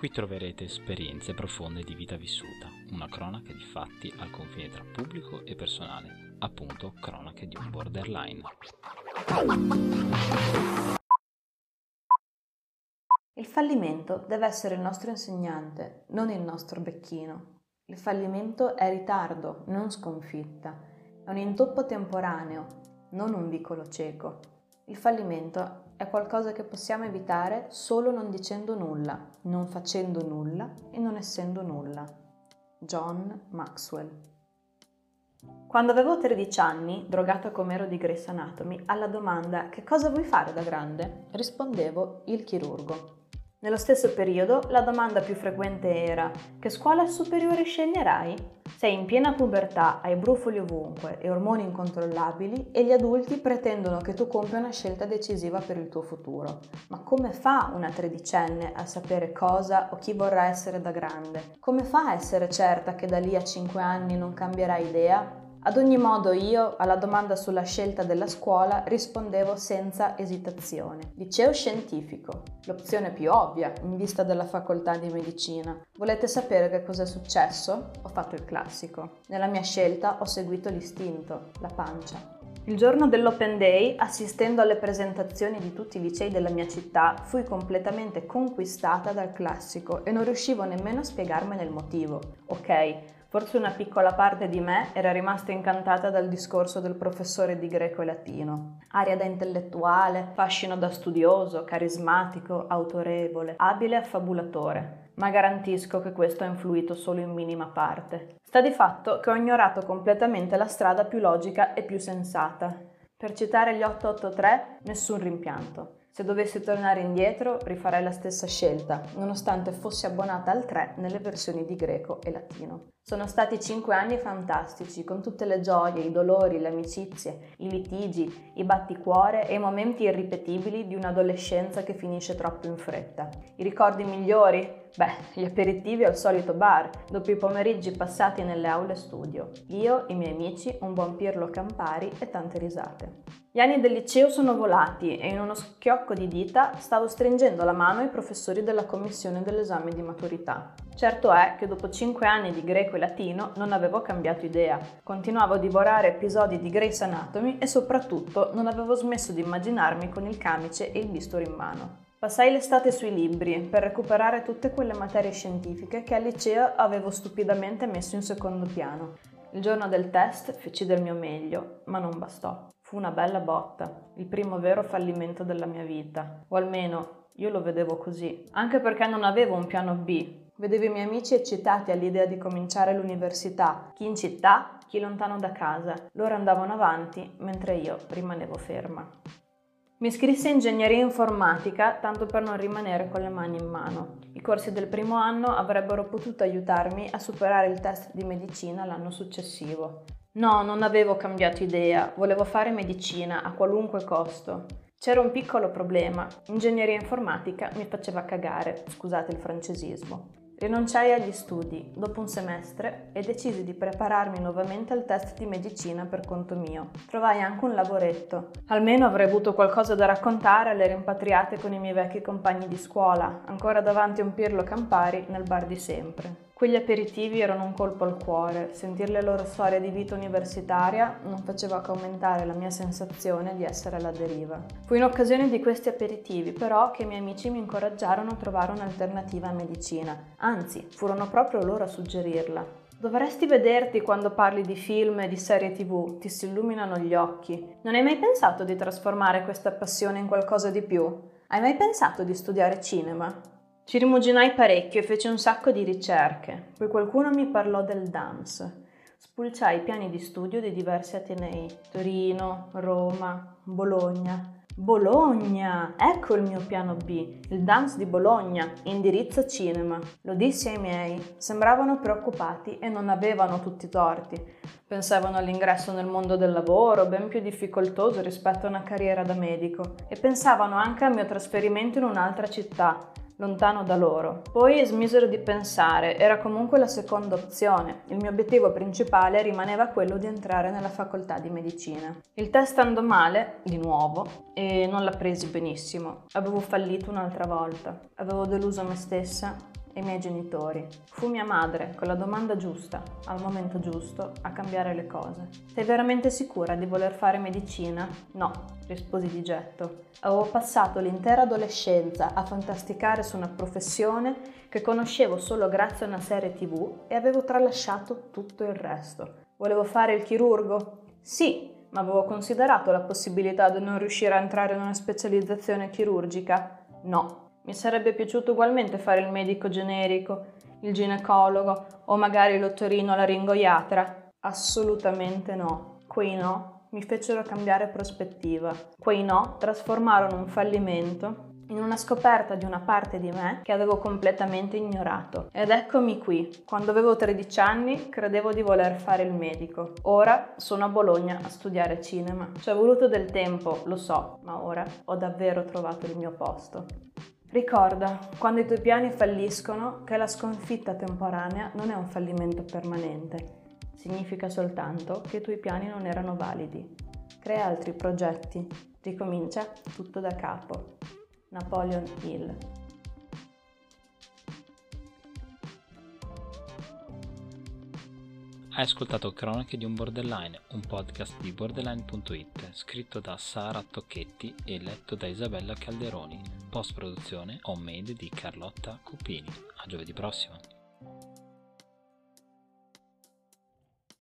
Qui troverete esperienze profonde di vita vissuta, una cronaca di fatti al confine tra pubblico e personale, appunto cronache di un borderline. Il fallimento deve essere il nostro insegnante, non il nostro becchino. Il fallimento è ritardo, non sconfitta. È un intoppo temporaneo, non un vicolo cieco. Il fallimento è qualcosa che possiamo evitare solo non dicendo nulla, non facendo nulla e non essendo nulla. John Maxwell. Quando avevo 13 anni, drogata com'ero di Grey's Anatomy, alla domanda «Che cosa vuoi fare da grande?» rispondevo «Il chirurgo». Nello stesso periodo, la domanda più frequente era «Che scuola superiore sceglierai?» Sei in piena pubertà, hai brufoli ovunque e ormoni incontrollabili e gli adulti pretendono che tu compia una scelta decisiva per il tuo futuro. Ma come fa una tredicenne a sapere cosa o chi vorrà essere da grande? Come fa a essere certa che da lì a 5 anni non cambierà idea? Ad ogni modo io, alla domanda sulla scelta della scuola, rispondevo senza esitazione. Liceo scientifico, l'opzione più ovvia in vista della facoltà di medicina. Volete sapere che cosa è successo? Ho fatto il classico. Nella mia scelta ho seguito l'istinto, la pancia. Il giorno dell'Open Day, assistendo alle presentazioni di tutti i licei della mia città, fui completamente conquistata dal classico e non riuscivo nemmeno a spiegarmene il motivo. Ok, forse una piccola parte di me era rimasta incantata dal discorso del professore di greco e latino. Aria da intellettuale, fascino da studioso, carismatico, autorevole, abile affabulatore. Ma garantisco che questo ha influito solo in minima parte. Sta di fatto che ho ignorato completamente la strada più logica e più sensata. Per citare gli 883, nessun rimpianto. Se dovessi tornare indietro, rifarei la stessa scelta, nonostante fossi abbonata al 3 nelle versioni di greco e latino. Sono stati 5 anni fantastici, con tutte le gioie, i dolori, le amicizie, i litigi, i batticuore e i momenti irripetibili di un'adolescenza che finisce troppo in fretta. I ricordi migliori? Beh, gli aperitivi al solito bar, dopo i pomeriggi passati nelle aule studio. Io, i miei amici, un buon Pirlo Campari e tante risate. Gli anni del liceo sono volati e in uno schiocco di dita stavo stringendo la mano ai professori della commissione dell'esame di maturità. Certo è che dopo 5 anni di greco e latino non avevo cambiato idea. Continuavo a divorare episodi di Grey's Anatomy e soprattutto non avevo smesso di immaginarmi con il camice e il bisturi in mano. Passai l'estate sui libri per recuperare tutte quelle materie scientifiche che al liceo avevo stupidamente messo in secondo piano. Il giorno del test feci del mio meglio, ma non bastò. Fu una bella botta, il primo vero fallimento della mia vita, o almeno io lo vedevo così, anche perché non avevo un piano B. Vedevo i miei amici eccitati all'idea di cominciare l'università, chi in città, chi lontano da casa. Loro andavano avanti, mentre io rimanevo ferma. Mi iscrissi a ingegneria informatica tanto per non rimanere con le mani in mano. I corsi del primo anno avrebbero potuto aiutarmi a superare il test di medicina l'anno successivo. No, non avevo cambiato idea, volevo fare medicina a qualunque costo. C'era un piccolo problema, ingegneria informatica mi faceva cagare, scusate il francesismo. Rinunciai agli studi dopo un semestre e decisi di prepararmi nuovamente al test di medicina per conto mio. Trovai anche un lavoretto. Almeno avrei avuto qualcosa da raccontare alle rimpatriate con i miei vecchi compagni di scuola, ancora davanti a un Pirlo Campari nel bar di sempre. Quegli aperitivi erano un colpo al cuore, sentir le loro storie di vita universitaria non faceva che aumentare la mia sensazione di essere alla deriva. Fu in occasione di questi aperitivi però che i miei amici mi incoraggiarono a trovare un'alternativa a medicina, anzi furono proprio loro a suggerirla. Dovresti vederti quando parli di film e di serie TV, ti si illuminano gli occhi. Non hai mai pensato di trasformare questa passione in qualcosa di più? Hai mai pensato di studiare cinema? Ci rimuginai parecchio e feci un sacco di ricerche, poi qualcuno mi parlò del DAMS. Spulciai i piani di studio di diversi atenei, Torino, Roma, Bologna. Bologna! Ecco il mio piano B, il DAMS di Bologna, indirizzo cinema. Lo dissi ai miei, sembravano preoccupati e non avevano tutti i torti. Pensavano all'ingresso nel mondo del lavoro, ben più difficoltoso rispetto a una carriera da medico, e pensavano anche al mio trasferimento in un'altra città, lontano da loro. Poi smisero di pensare, era comunque la seconda opzione. Il mio obiettivo principale rimaneva quello di entrare nella facoltà di medicina. Il test andò male, di nuovo, e non l'ha presi benissimo. Avevo fallito un'altra volta. Avevo deluso me stessa e i miei genitori. Fu mia madre, con la domanda giusta, al momento giusto, a cambiare le cose. Sei veramente sicura di voler fare medicina? No, risposi di getto. Avevo passato l'intera adolescenza a fantasticare su una professione che conoscevo solo grazie a una serie TV e avevo tralasciato tutto il resto. Volevo fare il chirurgo? Sì, ma avevo considerato la possibilità di non riuscire a entrare in una specializzazione chirurgica? No. Mi sarebbe piaciuto ugualmente fare il medico generico, il ginecologo o magari l'otorino-laringoiatra? Assolutamente no. Quei no mi fecero cambiare prospettiva. Quei no trasformarono un fallimento in una scoperta di una parte di me che avevo completamente ignorato. Ed eccomi qui. Quando avevo 13 anni credevo di voler fare il medico. Ora sono a Bologna a studiare cinema. Ci è voluto del tempo, lo so, ma ora ho davvero trovato il mio posto. Ricorda, quando i tuoi piani falliscono, che la sconfitta temporanea non è un fallimento permanente. Significa soltanto che i tuoi piani non erano validi. Crea altri progetti. Ricomincia tutto da capo. Napoleon Hill. Hai ascoltato Cronache di un Borderline, un podcast di Borderline.it, scritto da Sara Tocchetti e letto da Isabella Calderoni, post-produzione homemade di Carlotta Cupini. A giovedì prossimo!